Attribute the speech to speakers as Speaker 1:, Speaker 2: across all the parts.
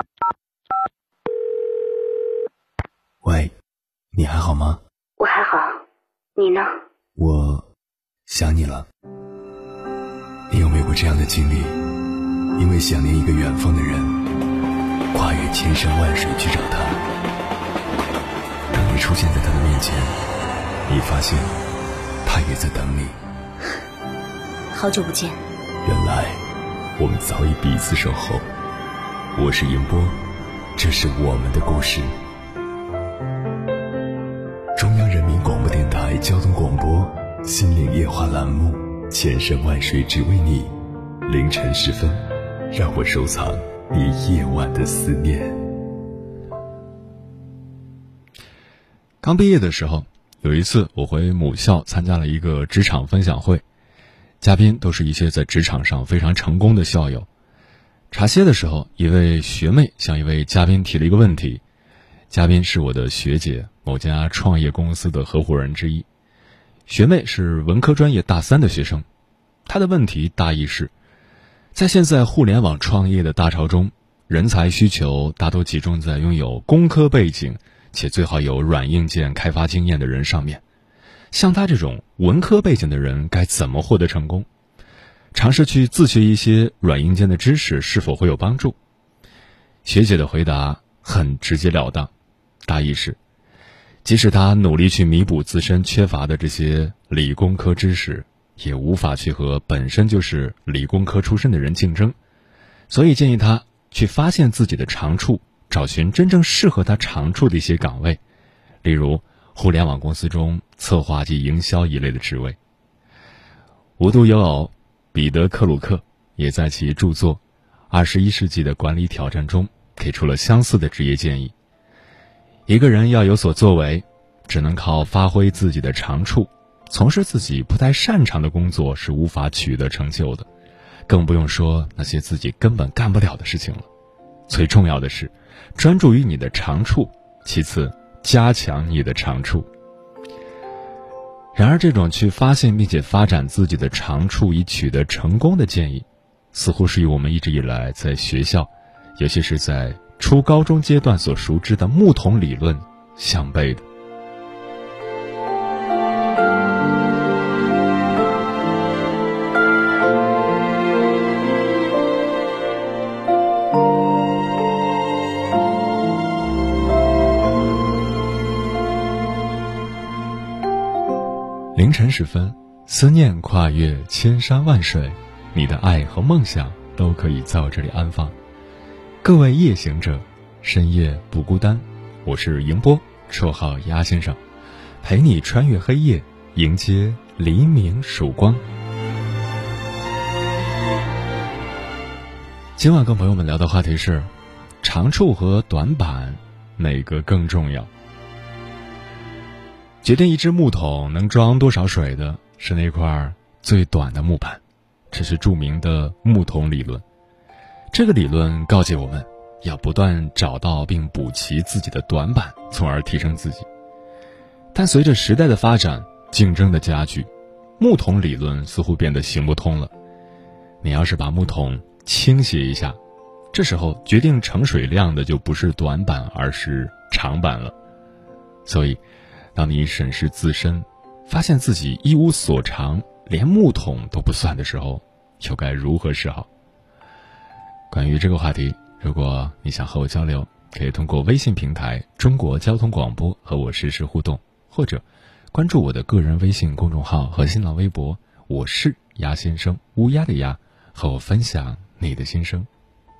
Speaker 1: 喂，你还好吗？
Speaker 2: 我还好，你呢？
Speaker 1: 我想你了。你有没有过这样的经历？因为想念一个远方的人，跨越千山万水去找他。当你出现在他的面前，你发现他也在等你。
Speaker 2: 好久不见。
Speaker 1: 原来我们早已彼此守候。我是银波，这是我们的故事。中央人民广播电台交通广播心灵夜话栏目，千山万水只为你。凌晨时分，让我收藏你夜晚的思念。
Speaker 3: 刚毕业的时候，有一次我回母校参加了一个职场分享会，嘉宾都是一些在职场上非常成功的校友。茶歇的时候，一位学妹向一位嘉宾提了一个问题，嘉宾是我的学姐，某家创业公司的合伙人之一。学妹是文科专业大3的学生，她的问题大意是，在现在互联网创业的大潮中，人才需求大都集中在拥有工科背景且最好有软硬件开发经验的人上面。像她这种文科背景的人该怎么获得成功？尝试去自学一些软硬件的知识是否会有帮助？学姐的回答很直截了当，大意是，即使她努力去弥补自身缺乏的这些理工科知识，也无法去和本身就是理工科出身的人竞争，所以建议她去发现自己的长处，找寻真正适合她长处的一些岗位，例如互联网公司中策划及营销一类的职位。无独有偶，彼得·克鲁克也在其著作《21世纪的管理挑战》中给出了相似的职业建议。一个人要有所作为，只能靠发挥自己的长处，从事自己不太擅长的工作是无法取得成就的，更不用说那些自己根本干不了的事情了。最重要的是，专注于你的长处，其次加强你的长处。然而，这种去发现并且发展自己的长处以取得成功的建议，似乎是与我们一直以来在学校，尤其是在初高中阶段所熟知的木桶理论相悖的。凌晨时分，思念跨越千山万水，你的爱和梦想都可以在我这里安放。各位夜行者，深夜不孤单，我是迎波，绰号鸭先生，陪你穿越黑夜，迎接黎明曙光。今晚跟朋友们聊的话题是，长处和短板哪个更重要？决定一只木桶能装多少水的是那块最短的木板，这是著名的木桶理论。这个理论告诫我们要不断找到并补齐自己的短板，从而提升自己。但随着时代的发展，竞争的加剧，木桶理论似乎变得行不通了。你要是把木桶倾斜一下，这时候决定盛水量的就不是短板，而是长板了。所以当你审视自身，发现自己一无所长，连木桶都不算的时候，又该如何是好？关于这个话题，如果你想和我交流，可以通过微信平台中国交通广播和我实时互动，或者关注我的个人微信公众号和新浪微博，我是鸭先生，乌鸦的鸦，和我分享你的心声。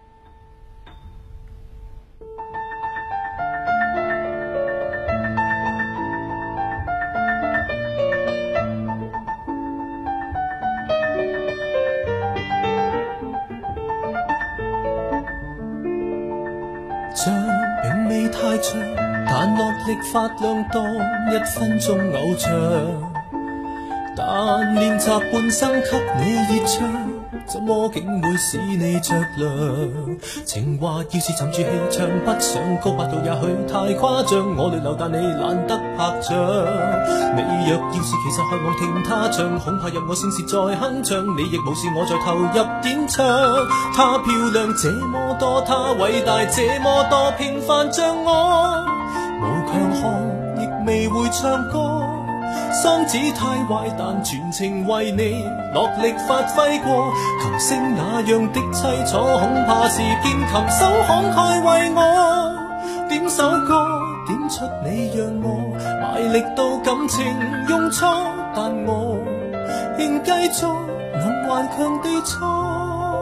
Speaker 4: 像并未太长，但落力發亮當1分鐘偶像。但練習半生給你熱唱， 怎麼竟會使你着涼？情話要是沉住氣唱，不想高八度也許太誇張。我淚流但你懶得拍掌。你若要是其實渴望聽他唱，恐怕任我聲線再哼唱，你亦無視我在投入演唱。她漂亮這麼多，她偉大這麼多，平凡像我，無強項亦未會唱歌。嗓子太壞，但全程為你落力發揮過。琴聲那樣的凄楚，恐怕是鍵琴手慷慨為我點首歌，點出你讓我賣力到感情用錯，但我仍繼續能頑強地錯。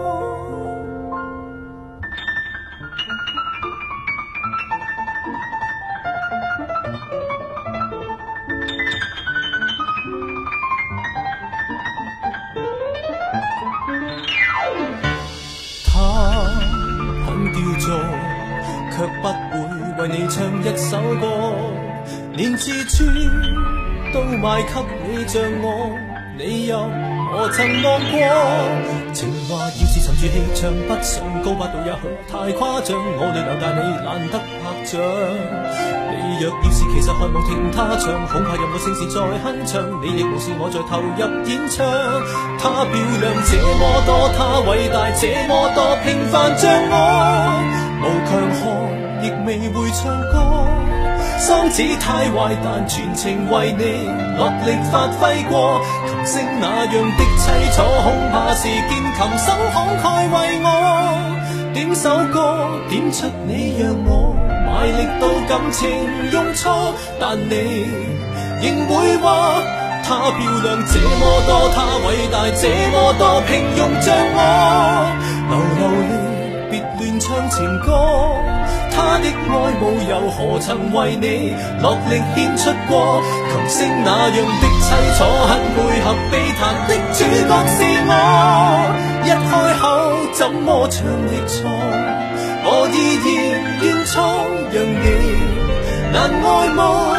Speaker 4: 卻不會為你唱一首歌，連自尊都賣給你像我，你有何曾望過？情話要是沉住氣唱，不想高八度也許太誇張，我淚流但你懶得拍掌。你若要是其實渴望聽他唱，恐怕任我聲線再哼唱，你亦無視我在投入演唱。她漂亮這麼多，她偉大這麼多，平凡像我，無強項亦未會唱歌。嗓子太壞，但全程為你落力發揮過。琴聲那樣的凄楚，恐怕是鍵琴手慷慨為我點首歌，點出你讓我賣力到感情用錯，但你仍會話她漂亮這麼多，她偉大這麼多，平庸像我，流離別亂唱情歌。他的愛慕又何曾為你落力獻出過？琴聲那樣的凄楚，很配合悲嘆的主角是我。一開口怎麼唱亦錯，我依然願錯，讓你難愛慕，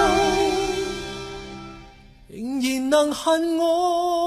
Speaker 4: 仍然能恨我。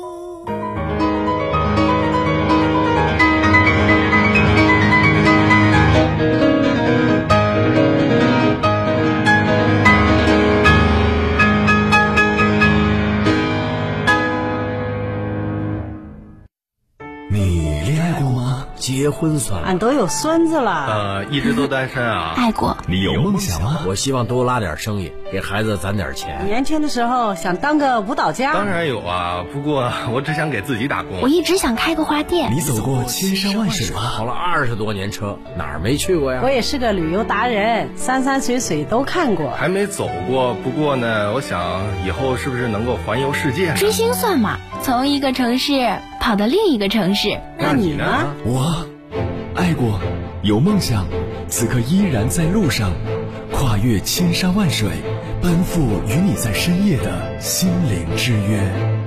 Speaker 5: 结婚算了，
Speaker 6: 俺都有孙子了。
Speaker 7: 一直都单身啊。
Speaker 2: 爱过。
Speaker 1: 你有梦想吗？
Speaker 5: 我希望多拉点生意，给孩子攒点钱。
Speaker 6: 年轻的时候想当个舞蹈家。
Speaker 7: 当然有啊，不过我只想给自己打工。
Speaker 2: 我一直想开个花店。
Speaker 1: 你走过千山万水吗？
Speaker 5: 跑了20多年车，哪儿没去过呀？
Speaker 6: 我也是个旅游达人，山山水水都看过。
Speaker 7: 还没走过，不过呢，我想以后是不是能够环游世界呢？
Speaker 2: 追星算吗？从一个城市跑到另一个城市。
Speaker 6: 那你呢？
Speaker 1: 我爱过，有梦想，此刻依然在路上，跨越千山万水，奔赴与你在深夜的心灵之约。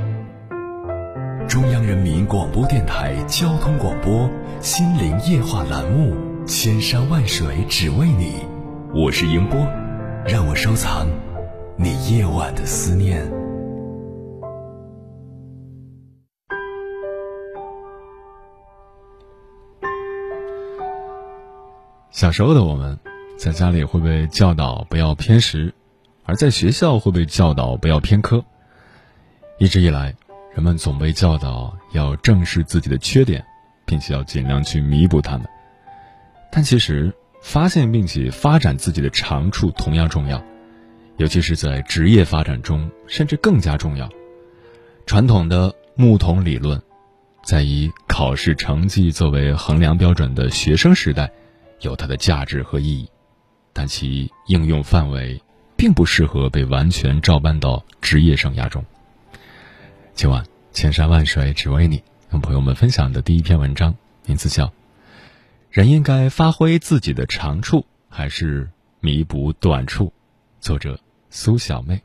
Speaker 1: 中央人民广播电台交通广播心灵夜话栏目，千山万水只为你，我是迎波，让我收藏你夜晚的思念。
Speaker 3: 小时候的我们，在家里会被教导不要偏食，而在学校会被教导不要偏科。一直以来，人们总被教导要正视自己的缺点，并且要尽量去弥补它们。但其实，发现并且发展自己的长处同样重要，尤其是在职业发展中，甚至更加重要。传统的木桶理论，在以考试成绩作为衡量标准的学生时代，有它的价值和意义，但其应用范围并不适合被完全照搬到职业生涯中。今晚千山万水只为你，跟朋友们分享的第一篇文章，名字叫《人应该发挥自己的长处，还是弥补短处》，作者苏小妹。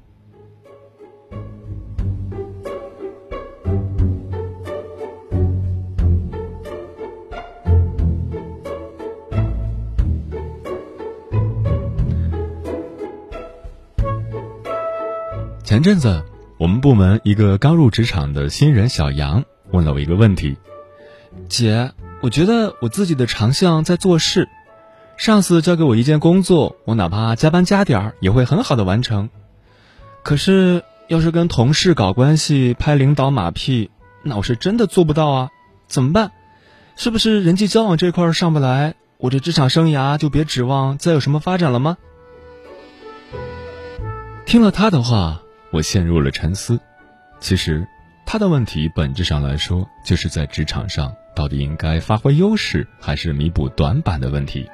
Speaker 3: 前阵子，我们部门一个刚入职场的新人小杨问了我一个问题： 姐，我觉得我自己的长项在做事，上司交给我一件工作，我哪怕加班加点也会很好的完成。可是要是跟同事搞关系，拍领导马屁，那我是真的做不到啊，怎么办？是不是人际交往这块上不来，我这职场生涯就别指望再有什么发展了吗？听了他的话，我陷入了沉思。其实他的问题本质上来说，就是在职场上到底应该发挥优势还是弥补短板的问题。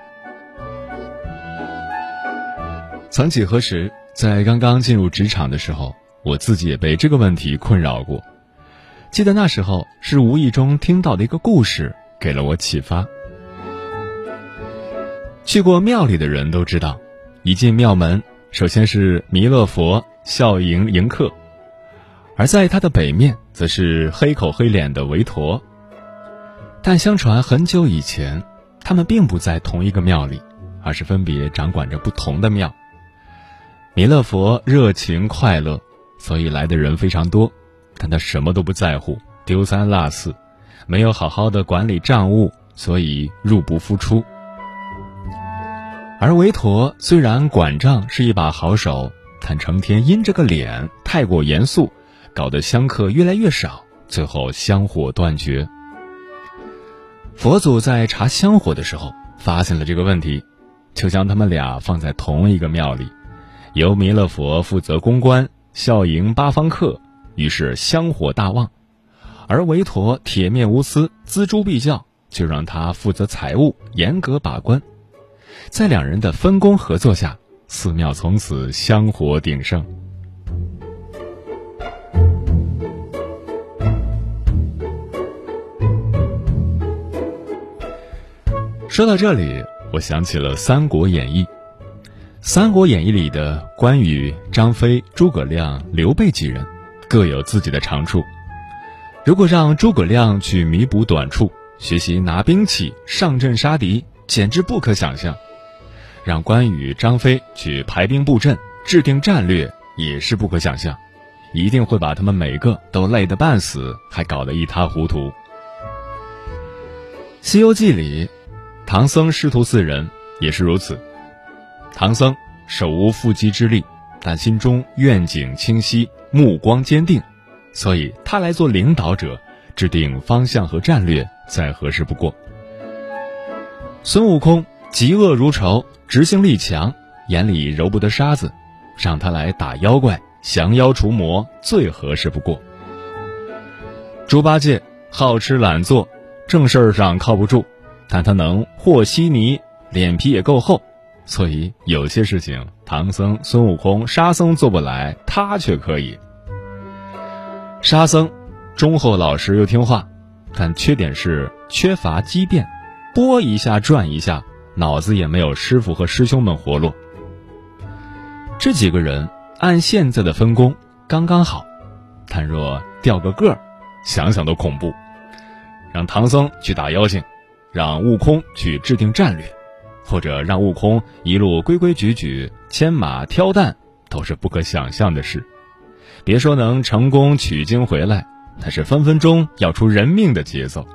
Speaker 3: 曾几何时，在刚刚进入职场的时候，我自己也被这个问题困扰过。记得那时候是无意中听到的一个故事，给了我启发。去过庙里的人都知道，一进庙门，首先是弥勒佛笑迎客，而在他的北面则是黑口黑脸的韦陀。但相传很久以前，他们并不在同一个庙里，而是分别掌管着不同的庙。弥勒佛热情快乐，所以来的人非常多，但他什么都不在乎，丢三落四，没有好好的管理账务，所以入不敷出。而韦陀虽然管账是一把好手，但成天阴着个脸，太过严肃，搞得香客越来越少，最后香火断绝。佛祖在查香火的时候发现了这个问题，就将他们俩放在同一个庙里，由弥勒佛负责公关，笑迎八方客，于是香火大旺。而韦陀铁面无私，锱铢必较，就让他负责财务，严格把关。在两人的分工合作下，寺庙从此香火鼎盛。说到这里，我想起了《三国演义》。《三国演义》里的关羽、张飞、诸葛亮、刘备几人各有自己的长处。如果让诸葛亮去弥补短处，学习拿兵器上阵杀敌，简直不可想象。让关羽、张飞去排兵布阵，制定战略，也是不可想象，一定会把他们每个都累得半死，还搞得一塌糊涂。《西游记》里，唐僧师徒四人也是如此。唐僧手无缚鸡之力，但心中愿景清晰，目光坚定，所以他来做领导者，制定方向和战略，再合适不过。孙悟空嫉恶如仇，执行力强，眼里揉不得沙子，让他来打妖怪，降妖除魔，最合适不过。猪八戒好吃懒做，正事儿上靠不住，但他能和稀泥，脸皮也够厚，所以有些事情唐僧、孙悟空、沙僧做不来，他却可以。沙僧忠厚老实又听话，但缺点是缺乏机变，拨一下转一下，脑子也没有师傅和师兄们活络。这几个人按现在的分工刚刚好，但若调个个儿，想想都恐怖。让唐僧去打妖精，让悟空去制定战略，或者让悟空一路规规矩矩牵马挑担，都是不可想象的事。别说能成功取经回来，那是分分钟要出人命的节奏。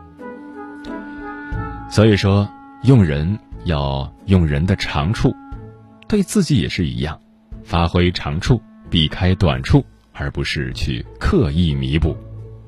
Speaker 3: 所以说，用人要用人的长处，对自己也是一样，发挥长处，避开短处，而不是去刻意弥补。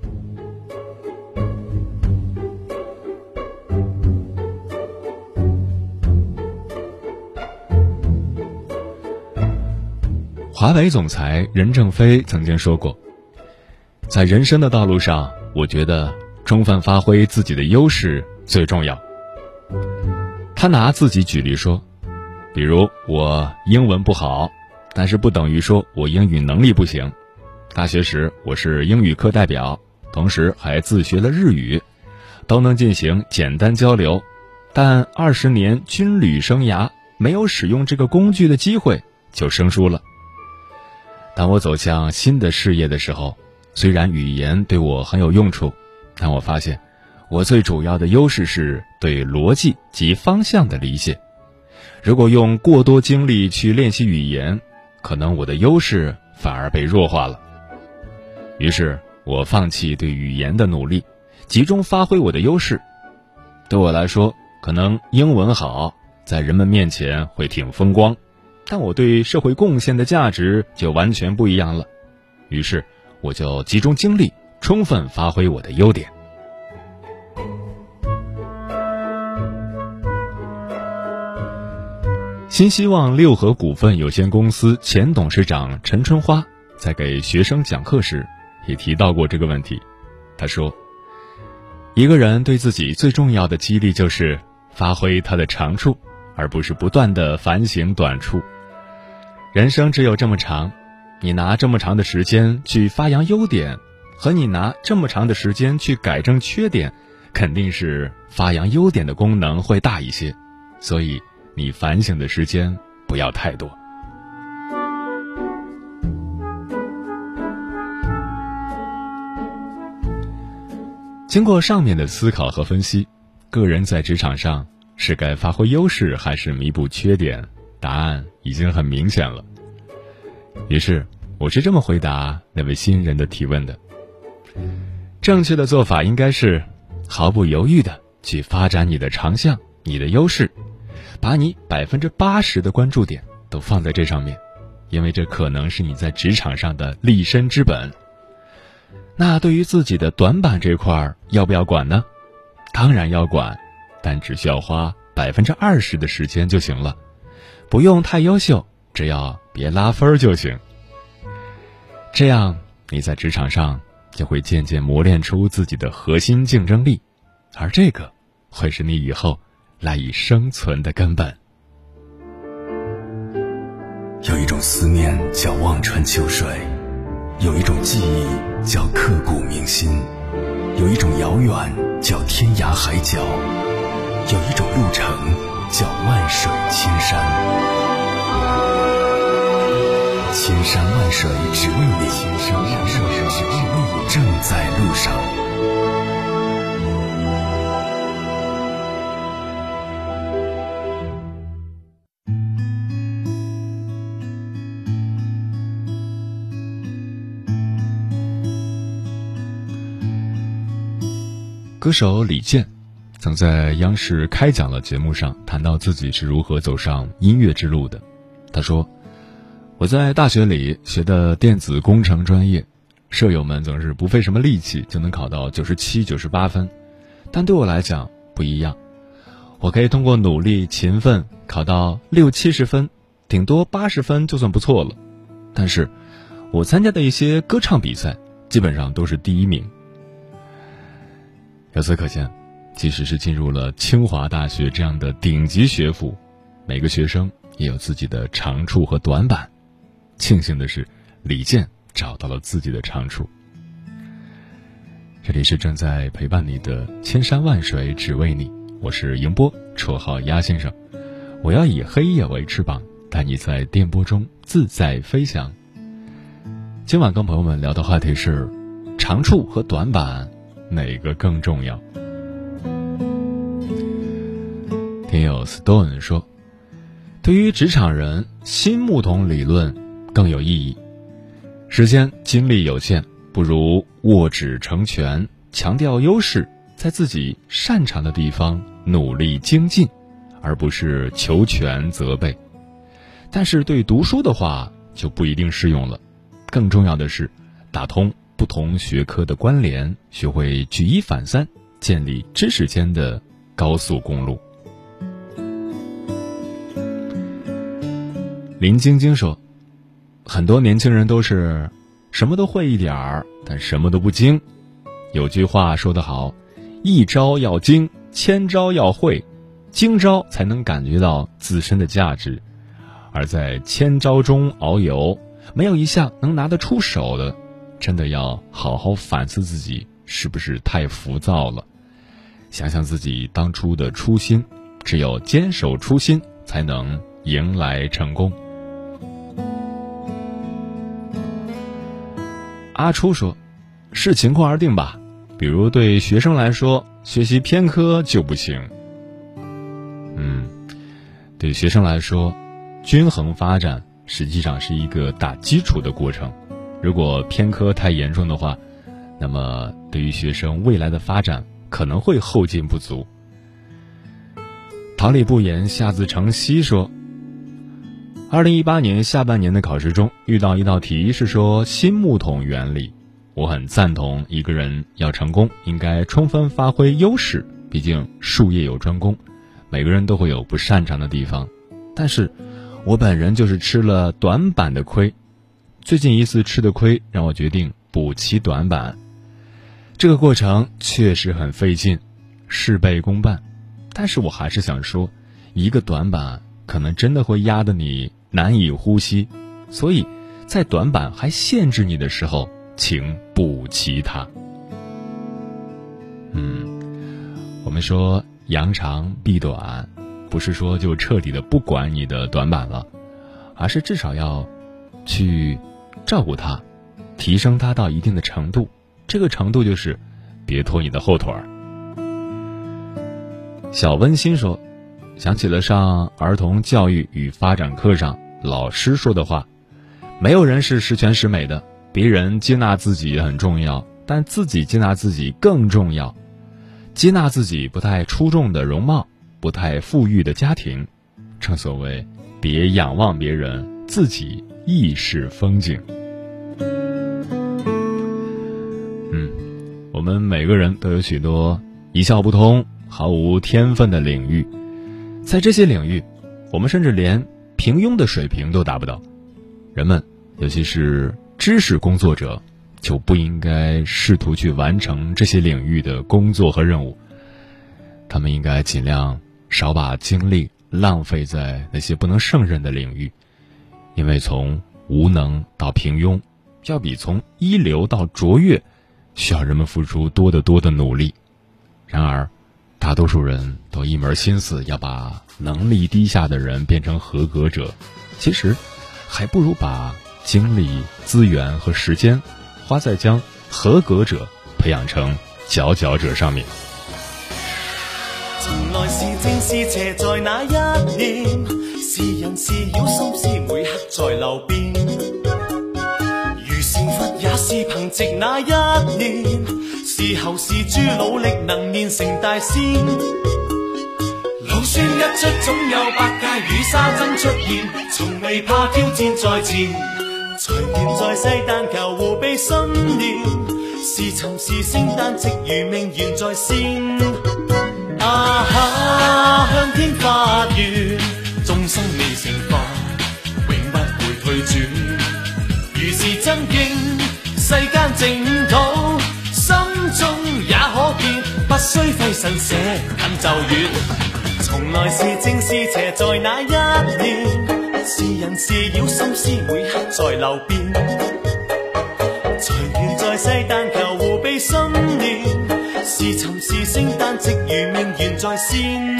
Speaker 3: 华为总裁任正非曾经说过，在人生的道路上，我觉得充分发挥自己的优势最重要。他拿自己举例说，比如我英文不好，但是不等于说我英语能力不行。大学时我是英语课代表，同时还自学了日语，都能进行简单交流，但20年军旅生涯没有使用这个工具的机会，就生疏了。当我走向新的事业的时候，虽然语言对我很有用处，但我发现我最主要的优势是对逻辑及方向的理解。如果用过多精力去练习语言，可能我的优势反而被弱化了。于是我放弃对语言的努力，集中发挥我的优势， 对我来说，可能英文好，在人们面前会挺风光，但我对社会贡献的价值就完全不一样了。于是我就集中精力，充分发挥我的优点。新希望六合股份有限公司前董事长陈春花在给学生讲课时也提到过这个问题。他说，一个人对自己最重要的激励就是发挥他的长处，而不是不断地反省短处。人生只有这么长，你拿这么长的时间去发扬优点，和你拿这么长的时间去改正缺点，肯定是发扬优点的功能会大一些。所以你反省的时间不要太多。经过上面的思考和分析，个人在职场上是该发挥优势还是弥补缺点，答案已经很明显了。于是我是这么回答那位新人的提问的：正确的做法应该是毫不犹豫地去发展你的长项，你的优势，把你80%的关注点都放在这上面，因为这可能是你在职场上的立身之本。那对于自己的短板这块要不要管呢？当然要管，但只需要花20%的时间就行了，不用太优秀，只要别拉分就行。这样你在职场上就会渐渐磨练出自己的核心竞争力，而这个会是你以后赖以生存的根本。
Speaker 1: 有一种思念叫望穿秋水，有一种记忆叫刻骨铭心，有一种遥远叫天涯海角，有一种路程叫万水千山。千山万水只为你，千山万水只为你，正在路上。
Speaker 3: 歌手李健曾在央视开讲了节目上谈到自己是如何走上音乐之路的。他说，我在大学里学的电子工程专业，舍友们总是不费什么力气就能考到97、98分，但对我来讲不一样，我可以通过努力勤奋考到60、70分，顶多80分就算不错了。但是我参加的一些歌唱比赛基本上都是第1名。由此可见，即使是进入了清华大学这样的顶级学府，每个学生也有自己的长处和短板。庆幸的是，李健找到了自己的长处。这里是正在陪伴你的千山万水只为你，我是迎波，绰号鸭先生。我要以黑夜为翅膀，带你在电波中自在飞翔。今晚跟朋友们聊的话题是，长处和短板哪个更重要？听友 Stone 说，对于职场人，新木桶理论更有意义。时间精力有限，不如握指成拳，强调优势，在自己擅长的地方努力精进，而不是求全责备。但是对读书的话就不一定适用了，更重要的是打通不同学科的关联，学会举一反三，建立知识间的高速公路。林晶晶说，很多年轻人都是什么都会一点儿，但什么都不精。有句话说得好，一招要精，千招要会，精招才能感觉到自身的价值，而在千招中遨游，没有一项能拿得出手的，真的要好好反思自己是不是太浮躁了，想想自己当初的初心，只有坚守初心，才能迎来成功。阿初说，视情况而定吧，比如对学生来说，学习偏科就不行。对学生来说，均衡发展实际上是一个打基础的过程。如果偏科太严重的话，那么对于学生未来的发展可能会后劲不足。 桃李不言，下自成蹊说，2018年下半年的考试中遇到一道题是说新木桶原理。我很赞同一个人要成功应该充分发挥优势，毕竟术业有专攻，每个人都会有不擅长的地方。但是我本人就是吃了短板的亏，最近一次吃的亏让我决定补齐短板。这个过程确实很费劲，事倍功半，但是我还是想说，一个短板可能真的会压得你难以呼吸，所以在短板还限制你的时候，请补齐它。我们说扬长避短，不是说就彻底的不管你的短板了，而是至少要去照顾它，提升它到一定的程度。这个程度就是别拖你的后腿儿。小温馨说，想起了上儿童教育与发展课上老师说的话，没有人是十全十美的，别人接纳自己很重要，但自己接纳自己更重要。接纳自己不太出众的容貌，不太富裕的家庭，正所谓别仰望别人，自己亦是风景。我们每个人都有许多一窍不通、毫无天分的领域，在这些领域，我们甚至连平庸的水平都达不到。人们，尤其是知识工作者，就不应该试图去完成这些领域的工作和任务。他们应该尽量少把精力浪费在那些不能胜任的领域，因为从无能到平庸，要比从一流到卓越需要人们付出多得多的努力。然而大多数人都一门心思要把能力低下的人变成合格者，其实还不如把精力、资源和时间花在将合格者培养成佼佼者上面。
Speaker 4: 从来是正是邪在那一念，是人是妖心思每刻在流变，如是佛也是凭藉那一念，是后是诸努力能练成大仙。老孫一出總有百界與沙僧出現，從未怕挑戰在前，隨緣在世但求護庇信念，是尋是星但直如命緣在先。啊哈，向天發願，眾生未成佛，永不會退轉。如是真經，世間淨土，心中也可見，不需費神捨近就遠。從來是正是邪在那一念，是人是妖心思每刻在流變，隨緣在世但求護庇信念，是尋是星但直如命緣在先。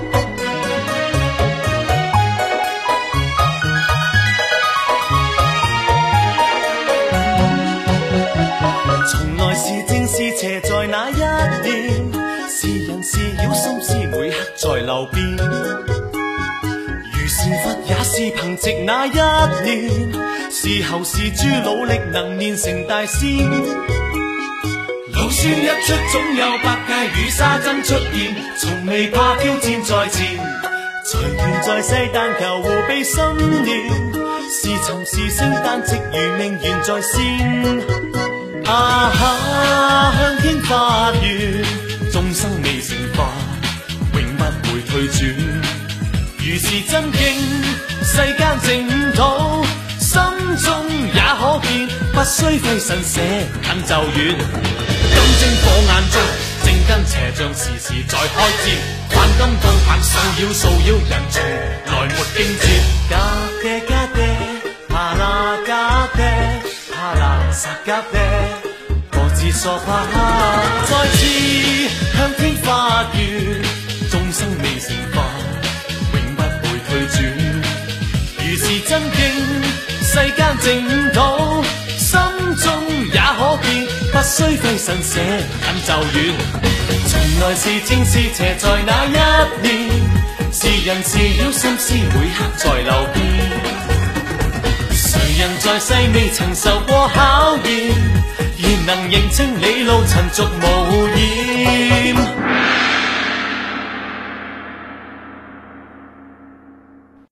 Speaker 4: 從來是正是邪在那一念，是人是妖心思每刻在流變，如是佛也是憑藉那一念，是後是諸努力能練成大仙。老孫一出總有百界與沙僧出現，從未怕挑戰在前，隨緣在世但求護庇信念，是尋是星但直如命緣在先。啊哈，向天發願，眾生未成佛，永不會退轉。如是真經，世間淨土，心中也可見，不需費神捨近就遠。金睛火眼中，正跟邪象時時在開戰，反金剛棒掃擾人，從來沒驚豔。嘎爹嘎爹，帕拉嘎爹，帕拉薩嘎爹，各自所怕。再次向天發願，眾生未成佛，永不會退轉。如是真經，世間淨土，心中也可見，不需費神捨近就遠。從來是正是邪在那一念，是人是妖心思每刻在流變。誰人在世未曾受過考驗，然能認清你路塵俗無厭。